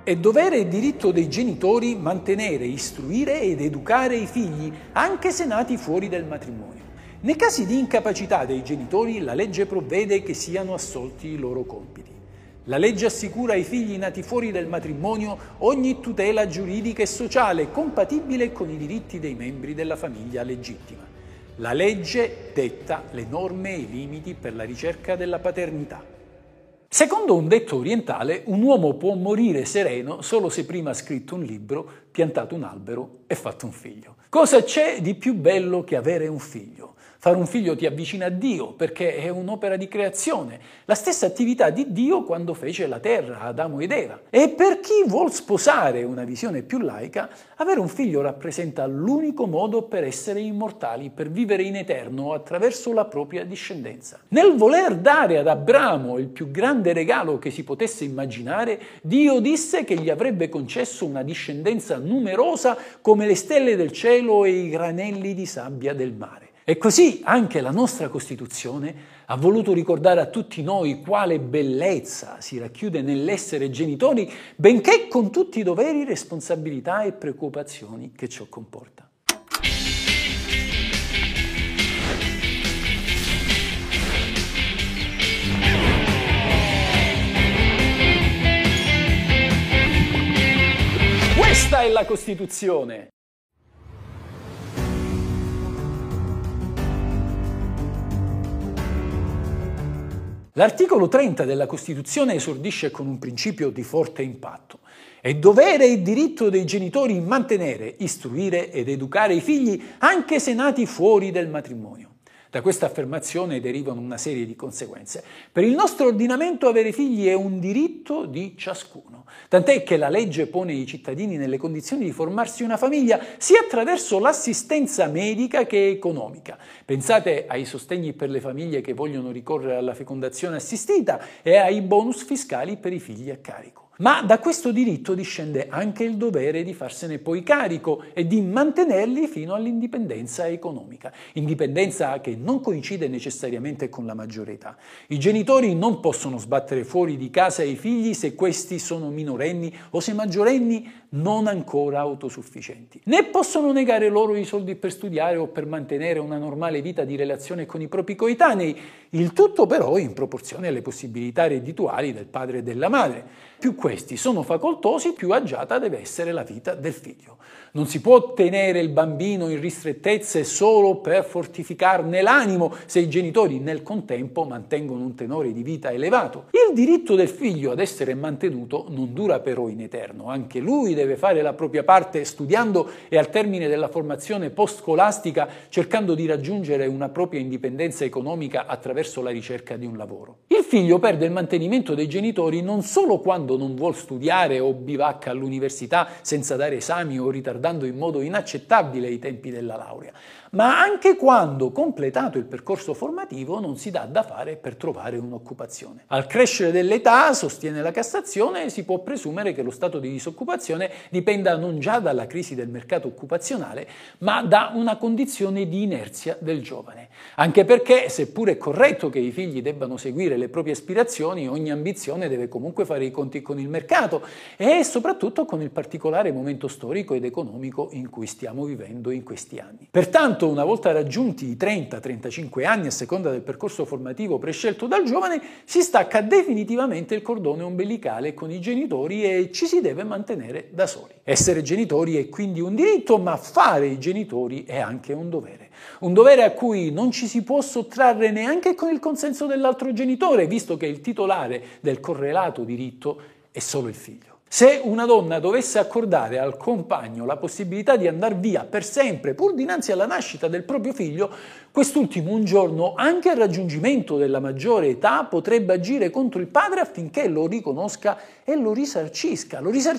È dovere e diritto dei genitori mantenere, istruire ed educare i figli, anche se nati fuori del matrimonio. Nei casi di incapacità dei genitori, la legge provvede che siano assolti i loro compiti. La legge assicura ai figli nati fuori del matrimonio ogni tutela giuridica e sociale compatibile con i diritti dei membri della famiglia legittima. La legge detta le norme e i limiti per la ricerca della paternità. Secondo un detto orientale, un uomo può morire sereno solo se prima ha scritto un libro, piantato un albero e fatto un figlio. Cosa c'è di più bello che avere un figlio? Fare un figlio ti avvicina a Dio perché è un'opera di creazione, la stessa attività di Dio quando fece la terra, Adamo ed Eva. E per chi vuol sposare una visione più laica, avere un figlio rappresenta l'unico modo per essere immortali, per vivere in eterno attraverso la propria discendenza. Nel voler dare ad Abramo il più grande regalo che si potesse immaginare, Dio disse che gli avrebbe concesso una discendenza numerosa come le stelle del cielo e i granelli di sabbia del mare. E così anche la nostra Costituzione ha voluto ricordare a tutti noi quale bellezza si racchiude nell'essere genitori, benché con tutti i doveri, responsabilità e preoccupazioni che ciò comporta. Questa è la Costituzione! L'articolo 30 della Costituzione esordisce con un principio di forte impatto. È dovere e diritto dei genitori mantenere, istruire ed educare i figli anche se nati fuori del matrimonio. Da questa affermazione derivano una serie di conseguenze. Per il nostro ordinamento avere figli è un diritto di ciascuno, tant'è che la legge pone i cittadini nelle condizioni di formarsi una famiglia sia attraverso l'assistenza medica che economica. Pensate ai sostegni per le famiglie che vogliono ricorrere alla fecondazione assistita e ai bonus fiscali per i figli a carico. Ma da questo diritto discende anche il dovere di farsene poi carico e di mantenerli fino all'indipendenza economica, indipendenza che non coincide necessariamente con la maggiore età. I genitori non possono sbattere fuori di casa i figli se questi sono minorenni o se maggiorenni non ancora autosufficienti. Né possono negare loro i soldi per studiare o per mantenere una normale vita di relazione con i propri coetanei, il tutto però in proporzione alle possibilità reddituali del padre e della madre. Più questi sono facoltosi, più agiata deve essere la vita del figlio. Non si può tenere il bambino in ristrettezze solo per fortificarne l'animo se i genitori nel contempo mantengono un tenore di vita elevato. Il diritto del figlio ad essere mantenuto non dura però in eterno, anche lui deve fare la propria parte studiando e al termine della formazione post-scolastica cercando di raggiungere una propria indipendenza economica attraverso la ricerca di un lavoro. Il figlio perde il mantenimento dei genitori non solo quando non vuol studiare o bivacca all'università senza dare esami o ritardando in modo inaccettabile i tempi della laurea, ma anche quando, completato il percorso formativo, non si dà da fare per trovare un'occupazione. Al crescere dell'età, sostiene la Cassazione, si può presumere che lo stato di disoccupazione dipenda non già dalla crisi del mercato occupazionale, ma da una condizione di inerzia del giovane. Anche perché, seppur è corretto che i figli debbano seguire le proprie aspirazioni, ogni ambizione deve comunque fare i conti con il mercato e soprattutto con il particolare momento storico ed economico in cui stiamo vivendo in questi anni. Pertanto, una volta raggiunti i 30-35 anni a seconda del percorso formativo prescelto dal giovane, si stacca definitivamente il cordone ombelicale con i genitori e ci si deve mantenere da soli. Essere genitori è quindi un diritto, ma fare i genitori è anche un dovere. Un dovere a cui non ci si può sottrarre neanche con il consenso dell'altro genitore, visto che il titolare del correlato diritto è solo il figlio. Se una donna dovesse accordare al compagno la possibilità di andar via per sempre pur dinanzi alla nascita del proprio figlio, quest'ultimo un giorno, anche al raggiungimento della maggiore età, potrebbe agire contro il padre affinché lo riconosca e lo risarcisca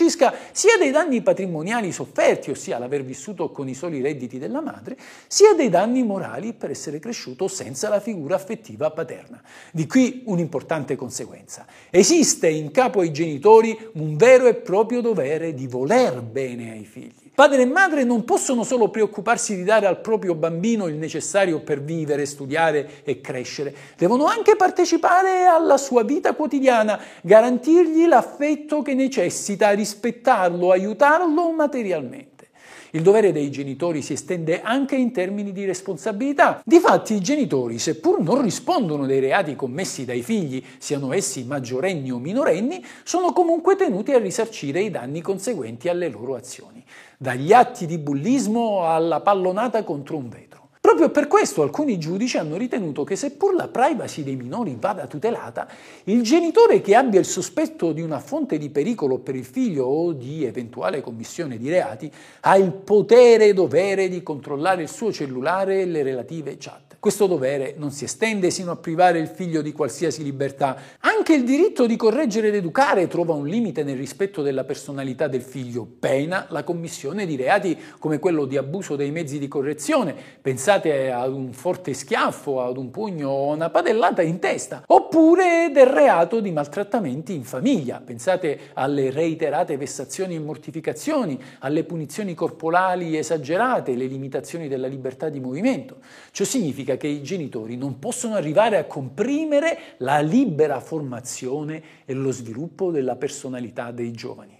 sia dei danni patrimoniali sofferti, ossia l'aver vissuto con i soli redditi della madre, sia dei danni morali per essere cresciuto senza la figura affettiva paterna. Di qui un'importante conseguenza. Esiste in capo ai genitori un vero e proprio dovere di voler bene ai figli. Padre e madre non possono solo preoccuparsi di dare al proprio bambino il necessario per vivere, studiare e crescere, devono anche partecipare alla sua vita quotidiana, garantirgli l'affetto che necessita, rispettarlo, aiutarlo materialmente. Il dovere dei genitori si estende anche in termini di responsabilità. Difatti i genitori, seppur non rispondono dei reati commessi dai figli, siano essi maggiorenni o minorenni, sono comunque tenuti a risarcire i danni conseguenti alle loro azioni, dagli atti di bullismo alla pallonata contro un vetro. Proprio per questo alcuni giudici hanno ritenuto che seppur la privacy dei minori vada tutelata, il genitore che abbia il sospetto di una fonte di pericolo per il figlio o di eventuale commissione di reati ha il potere e dovere di controllare il suo cellulare e le relative chat. Questo dovere non si estende sino a privare il figlio di qualsiasi libertà. Anche il diritto di correggere ed educare trova un limite nel rispetto della personalità del figlio, pena la commissione di reati come quello di abuso dei mezzi di correzione. Pensate ad un forte schiaffo, ad un pugno o una padellata in testa, oppure del reato di maltrattamenti in famiglia. Pensate alle reiterate vessazioni e mortificazioni, alle punizioni corporali esagerate, le limitazioni della libertà di movimento. Ciò significa che i genitori non possono arrivare a comprimere la libera formazione e lo sviluppo della personalità dei giovani.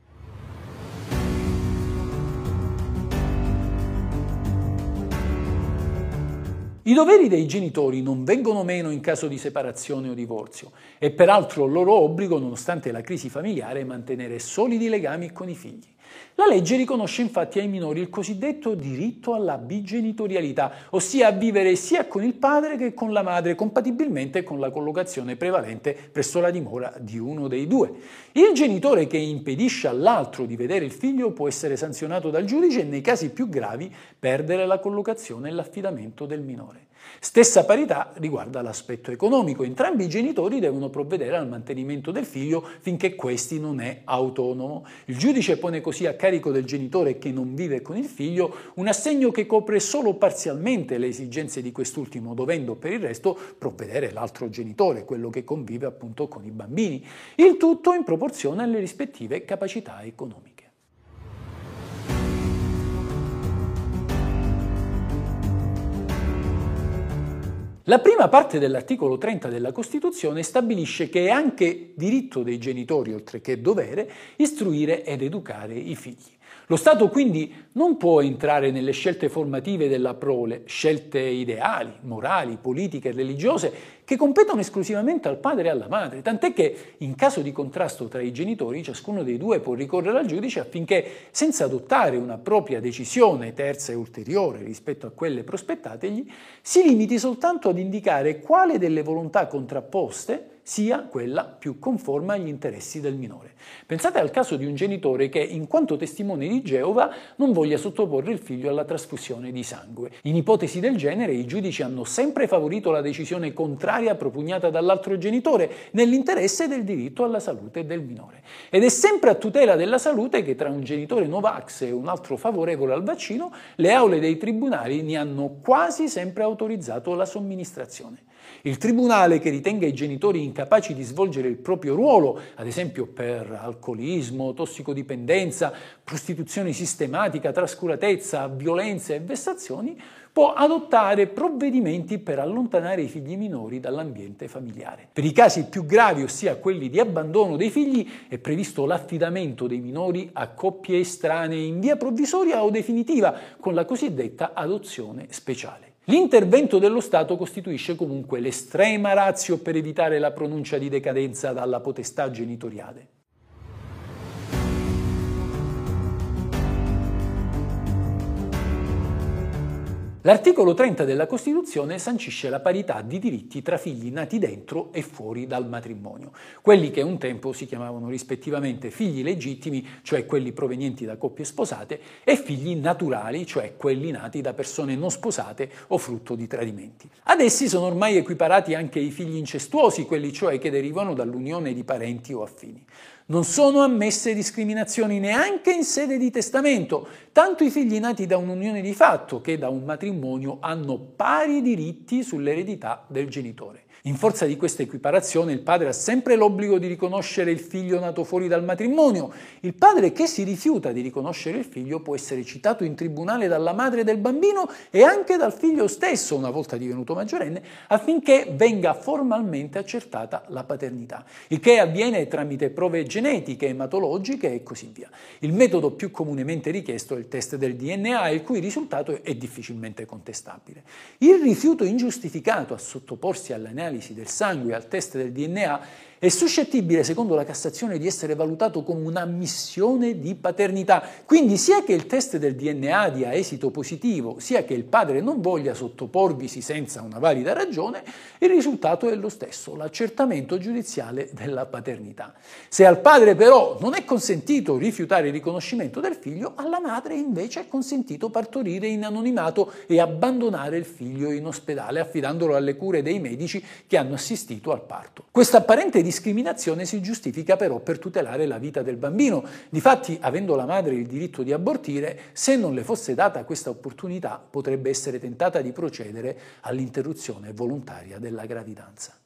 I doveri dei genitori non vengono meno in caso di separazione o divorzio. È peraltro loro obbligo, nonostante la crisi familiare, mantenere solidi legami con i figli. La legge riconosce infatti ai minori il cosiddetto diritto alla bigenitorialità, ossia a vivere sia con il padre che con la madre, compatibilmente con la collocazione prevalente presso la dimora di uno dei due. Il genitore che impedisce all'altro di vedere il figlio può essere sanzionato dal giudice e nei casi più gravi perdere la collocazione e l'affidamento del minore. Stessa parità riguarda l'aspetto economico. Entrambi i genitori devono provvedere al mantenimento del figlio finché questi non è autonomo. Il giudice pone così a carico del genitore che non vive con il figlio un assegno che copre solo parzialmente le esigenze di quest'ultimo, dovendo per il resto provvedere l'altro genitore, quello che convive appunto con i bambini. Il tutto in proporzione alle rispettive capacità economiche. La prima parte dell'articolo 30 della Costituzione stabilisce che è anche diritto dei genitori, oltre che dovere, istruire ed educare i figli. Lo Stato quindi non può entrare nelle scelte formative della prole, scelte ideali, morali, politiche e religiose che competono esclusivamente al padre e alla madre, tant'è che in caso di contrasto tra i genitori ciascuno dei due può ricorrere al giudice affinché, senza adottare una propria decisione terza e ulteriore rispetto a quelle prospettategli, si limiti soltanto ad indicare quale delle volontà contrapposte sia quella più conforme agli interessi del minore. Pensate al caso di un genitore che, in quanto testimone di Geova, non voglia sottoporre il figlio alla trasfusione di sangue. In ipotesi del genere, i giudici hanno sempre favorito la decisione contraria propugnata dall'altro genitore, nell'interesse del diritto alla salute del minore. Ed è sempre a tutela della salute che tra un genitore Novax e un altro favorevole al vaccino, le aule dei tribunali ne hanno quasi sempre autorizzato la somministrazione. Il tribunale che ritenga i genitori incapaci di svolgere il proprio ruolo, ad esempio per alcolismo, tossicodipendenza, prostituzione sistematica, trascuratezza, violenze e vessazioni, può adottare provvedimenti per allontanare i figli minori dall'ambiente familiare. Per i casi più gravi, ossia quelli di abbandono dei figli, è previsto l'affidamento dei minori a coppie estranee in via provvisoria o definitiva, con la cosiddetta adozione speciale. L'intervento dello Stato costituisce comunque l'estrema ratio per evitare la pronuncia di decadenza dalla potestà genitoriale. L'articolo 30 della Costituzione sancisce la parità di diritti tra figli nati dentro e fuori dal matrimonio, quelli che un tempo si chiamavano rispettivamente figli legittimi, cioè quelli provenienti da coppie sposate, e figli naturali, cioè quelli nati da persone non sposate o frutto di tradimenti. Ad essi sono ormai equiparati anche i figli incestuosi, quelli cioè che derivano dall'unione di parenti o affini. Non sono ammesse discriminazioni neanche in sede di testamento, tanto i figli nati da un'unione di fatto che da un matrimonio hanno pari diritti sull'eredità del genitore. In forza di questa equiparazione, il padre ha sempre l'obbligo di riconoscere il figlio nato fuori dal matrimonio. Il padre che si rifiuta di riconoscere il figlio può essere citato in tribunale dalla madre del bambino e anche dal figlio stesso, una volta divenuto maggiorenne, affinché venga formalmente accertata la paternità, il che avviene tramite prove genetiche, ematologiche e così via. Il metodo più comunemente richiesto è il test del DNA, il cui risultato è difficilmente contestabile. Il rifiuto ingiustificato a sottoporsi all'analisi del sangue e al test del DNA è suscettibile, secondo la Cassazione, di essere valutato come un'ammissione di paternità. Quindi sia che il test del DNA dia esito positivo, sia che il padre non voglia sottoporvisi senza una valida ragione, il risultato è lo stesso, l'accertamento giudiziale della paternità. Se al padre però non è consentito rifiutare il riconoscimento del figlio, alla madre invece è consentito partorire in anonimato e abbandonare il figlio in ospedale, affidandolo alle cure dei medici che hanno assistito al parto. Questa apparente discriminazione si giustifica però per tutelare la vita del bambino. Difatti, avendo la madre il diritto di abortire, se non le fosse data questa opportunità, potrebbe essere tentata di procedere all'interruzione volontaria della gravidanza.